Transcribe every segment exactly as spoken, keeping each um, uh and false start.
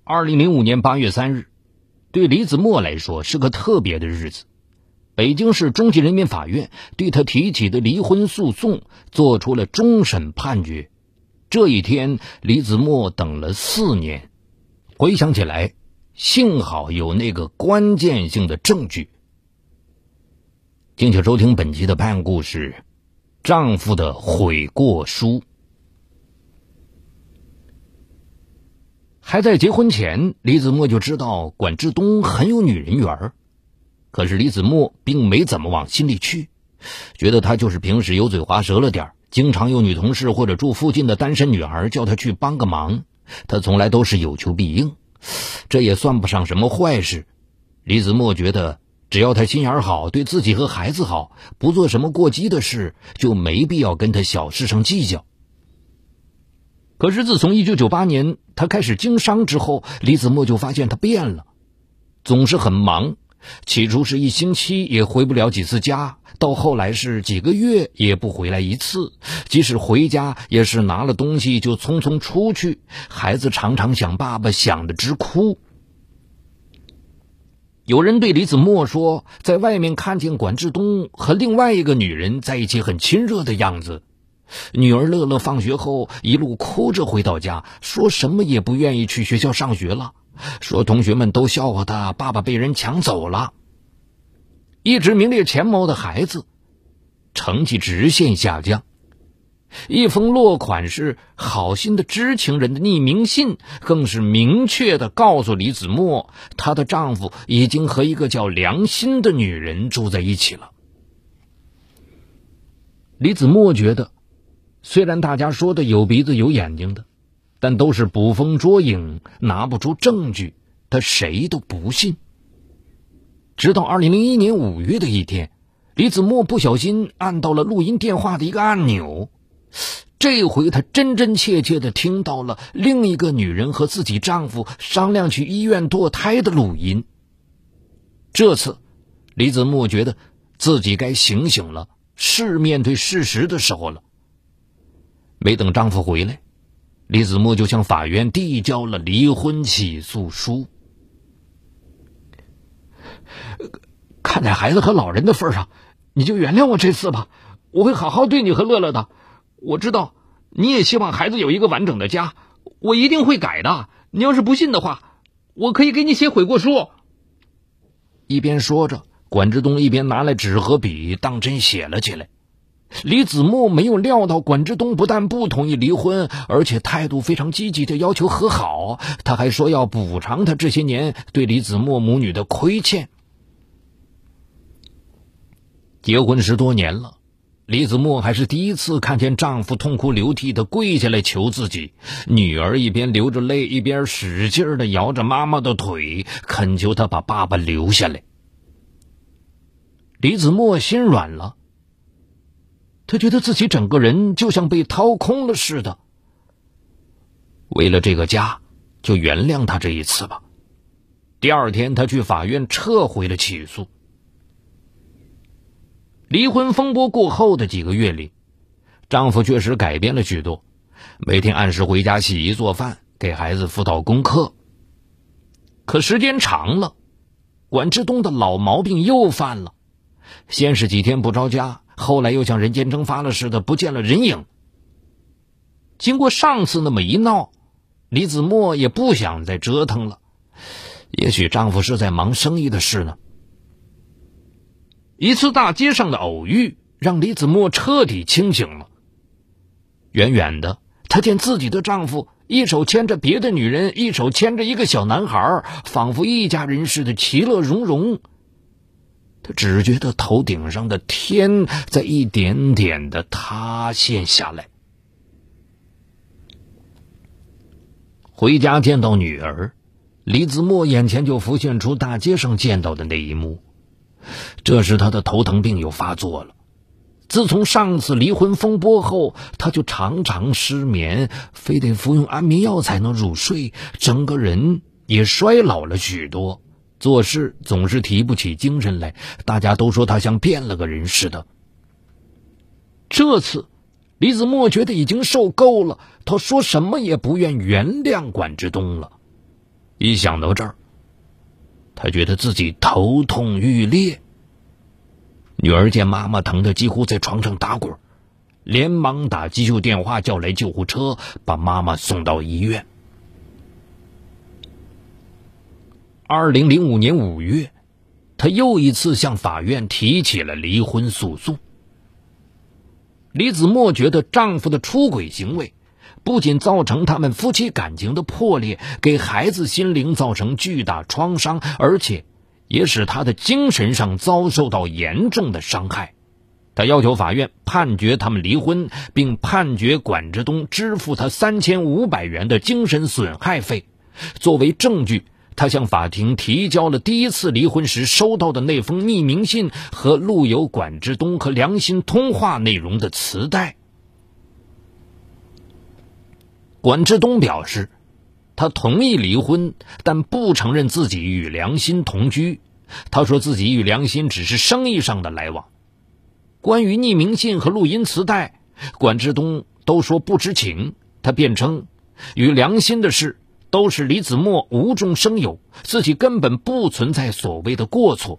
二零零五年八月三日，对李子墨来说是个特别的日子。北京市中级人民法院对他提起的离婚诉讼做出了终审判决。这一天，李子墨等了四年。回想起来，幸好有那个关键性的证据。敬请收听本期的判案故事，丈夫的悔过书。还在结婚前，李子墨就知道管志东很有女人缘，可是李子墨并没怎么往心里去，觉得他就是平时油嘴滑舌了点，经常有女同事或者住附近的单身女孩叫他去帮个忙，他从来都是有求必应，这也算不上什么坏事。李子墨觉得只要他心眼好，对自己和孩子好，不做什么过激的事，就没必要跟他小事上计较。可是自从一九九八年他开始经商之后，李子墨就发现他变了，总是很忙，起初是一星期也回不了几次家，到后来是几个月也不回来一次，即使回家也是拿了东西就匆匆出去，孩子常常想爸爸，想得直哭。有人对李子墨说，在外面看见管志东和另外一个女人在一起很亲热的样子。女儿乐乐放学后一路哭着回到家，说什么也不愿意去学校上学了，说同学们都笑话他爸爸被人抢走了。一直名列前茅的孩子成绩直线下降。一封落款是好心的知情人的匿名信更是明确地告诉李子墨，她的丈夫已经和一个叫梁心的女人住在一起了。李子墨觉得，虽然大家说的有鼻子有眼睛的，但都是捕风捉影，拿不出证据，他谁都不信。直到二零零一年五月的一天，李子墨不小心按到了录音电话的一个按钮，这回他真真切切地听到了另一个女人和自己丈夫商量去医院堕胎的录音。这次李子墨觉得自己该醒醒了，是面对事实的时候了。没等丈夫回来，李子墨就向法院递交了离婚起诉书。看在孩子和老人的份上，你就原谅我这次吧，我会好好对你和乐乐的。我知道你也希望孩子有一个完整的家，我一定会改的。你要是不信的话，我可以给你写悔过书。一边说着，管志东一边拿来纸和笔当真写了起来。李子墨没有料到管志东不但不同意离婚，而且态度非常积极的要求和好，他还说要补偿他这些年对李子墨母女的亏欠。结婚十多年了，李子墨还是第一次看见丈夫痛哭流涕的跪下来求自己，女儿一边流着泪，一边使劲的摇着妈妈的腿，恳求她把爸爸留下来。李子墨心软了，他觉得自己整个人就像被掏空了似的。为了这个家，就原谅他这一次吧。第二天，他去法院撤回了起诉。离婚风波过后的几个月里，丈夫确实改变了许多，每天按时回家洗衣做饭，给孩子辅导功课。可时间长了，管志东的老毛病又犯了，先是几天不着家，后来又像人间蒸发了似的不见了人影。经过上次那么一闹，李子墨也不想再折腾了，也许丈夫是在忙生意的事呢。一次大街上的偶遇让李子墨彻底清醒了。远远的，她见自己的丈夫一手牵着别的女人，一手牵着一个小男孩，仿佛一家人似的其乐融融。他只觉得头顶上的天在一点点的塌陷下来。回家见到女儿，李子墨眼前就浮现出大街上见到的那一幕。这时他的头疼病又发作了。自从上次离婚风波后，他就常常失眠，非得服用安眠药才能入睡，整个人也衰老了许多，做事总是提不起精神来，大家都说他像变了个人似的。这次李子墨觉得已经受够了，他说什么也不愿原谅管志东了。 一想到这儿，他觉得自己头痛欲裂。女儿见妈妈疼得几乎在床上打滚，连忙打急救电话叫来救护车，把妈妈送到医院。二零零五年五月，他又一次向法院提起了离婚诉讼。李子墨觉得丈夫的出轨行为不仅造成他们夫妻感情的破裂，给孩子心灵造成巨大创伤，而且也使他的精神上遭受到严重的伤害。他要求法院判决他们离婚，并判决管志东支付他三千五百元的精神损害费。作为证据，他向法庭提交了第一次离婚时收到的那封匿名信和录有管志东和梁心通话内容的磁带。管志东表示，他同意离婚，但不承认自己与梁心同居。他说自己与梁心只是生意上的来往。关于匿名信和录音磁带，管志东都说不知情。他辩称，与梁心的事都是李子墨无中生有，自己根本不存在所谓的过错。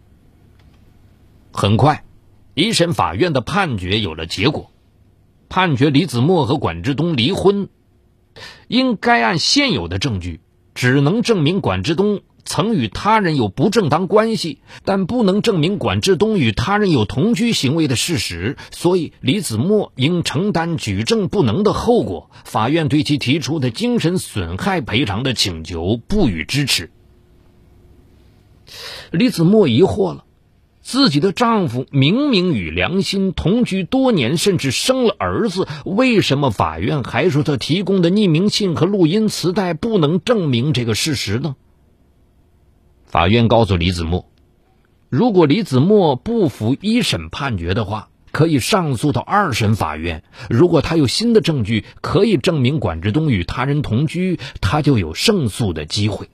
很快，一审法院的判决有了结果，判决李子墨和管志东离婚。因该案现有的证据只能证明管志东曾与他人有不正当关系，但不能证明管志东与他人有同居行为的事实，所以李子墨应承担举证不能的后果。法院对其提出的精神损害赔偿的请求不予支持。李子墨疑惑了，自己的丈夫明明与梁心同居多年，甚至生了儿子，为什么法院还说他提供的匿名信和录音磁带不能证明这个事实呢？法院告诉李子墨，如果李子墨不服一审判决的话，可以上诉到二审法院。如果他有新的证据可以证明管志东与他人同居，他就有胜诉的机会。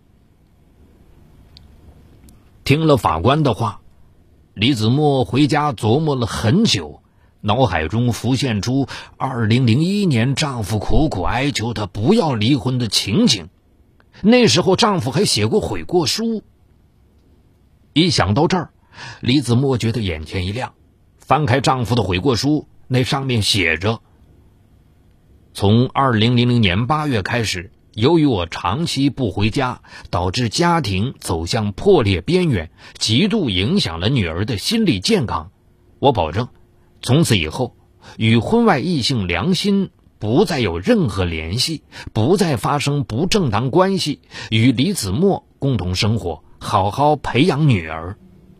听了法官的话，李子墨回家琢磨了很久，脑海中浮现出二零零一年丈夫苦苦哀求她不要离婚的情景。那时候丈夫还写过悔过书。一想到这儿，李子墨觉得眼前一亮，翻开丈夫的悔过书，那上面写着：从二零零零年八月开始，由于我长期不回家，导致家庭走向破裂边缘，极度影响了女儿的心理健康。我保证，从此以后，与婚外异性梁心不再有任何联系，不再发生不正当关系，与李子墨共同生活，好好培养女儿。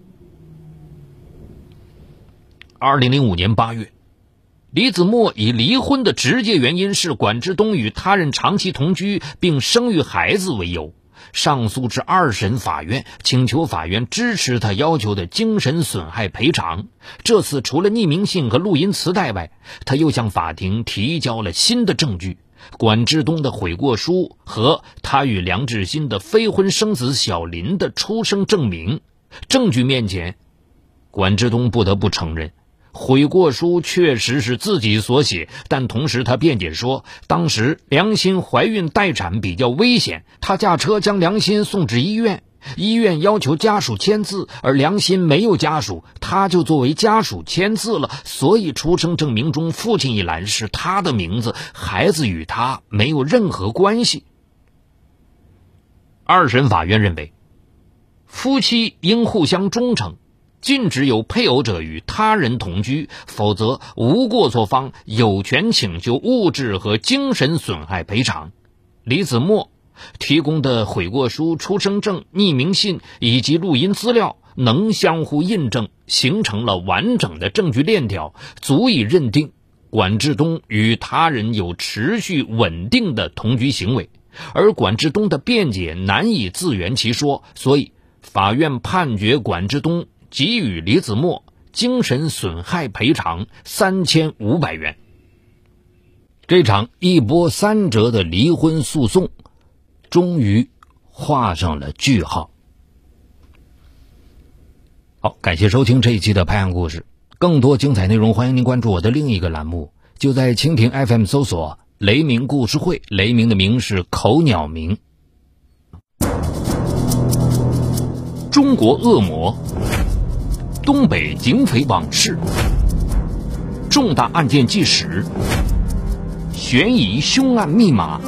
二零零五年八月，李子墨以离婚的直接原因是管志东与他人长期同居并生育孩子为由，上诉至二审法院，请求法院支持他要求的精神损害赔偿。这次除了匿名信和录音磁带外，他又向法庭提交了新的证据，管志东的悔过书和他与梁志新的非婚生子小林的出生证明。证据面前，管志东不得不承认，悔过书确实是自己所写，但同时他辩解说，当时梁心怀孕待产比较危险，他驾车将梁心送至医院，医院要求家属签字，而梁心没有家属，他就作为家属签字了，所以出生证明中父亲一栏是他的名字，孩子与他没有任何关系。二审法院认为，夫妻应互相忠诚，禁止有配偶者与他人同居，否则无过错方有权请求物质和精神损害赔偿。李子墨提供的悔过书、出生证、匿名信以及录音资料能相互印证，形成了完整的证据链条，足以认定管志东与他人有持续稳定的同居行为，而管志东的辩解难以自圆其说，所以法院判决管志东给予李子墨精神损害赔偿三千五百元。这场一波三折的离婚诉讼终于画上了句号。好，感谢收听这一期的拍案故事，更多精彩内容欢迎您关注我的另一个栏目，就在蜻蜓 F M 搜索雷鸣故事会，雷鸣的鸣是口鸟鸣。 中国恶魔、东北警匪往事、重大案件纪实、悬疑凶案密码。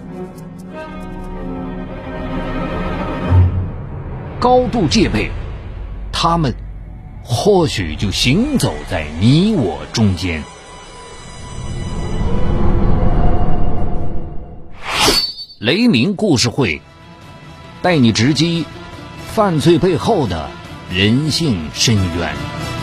高度戒备，他们或许就行走在你我中间。雷鸣故事会，带你直击犯罪背后的人性深渊。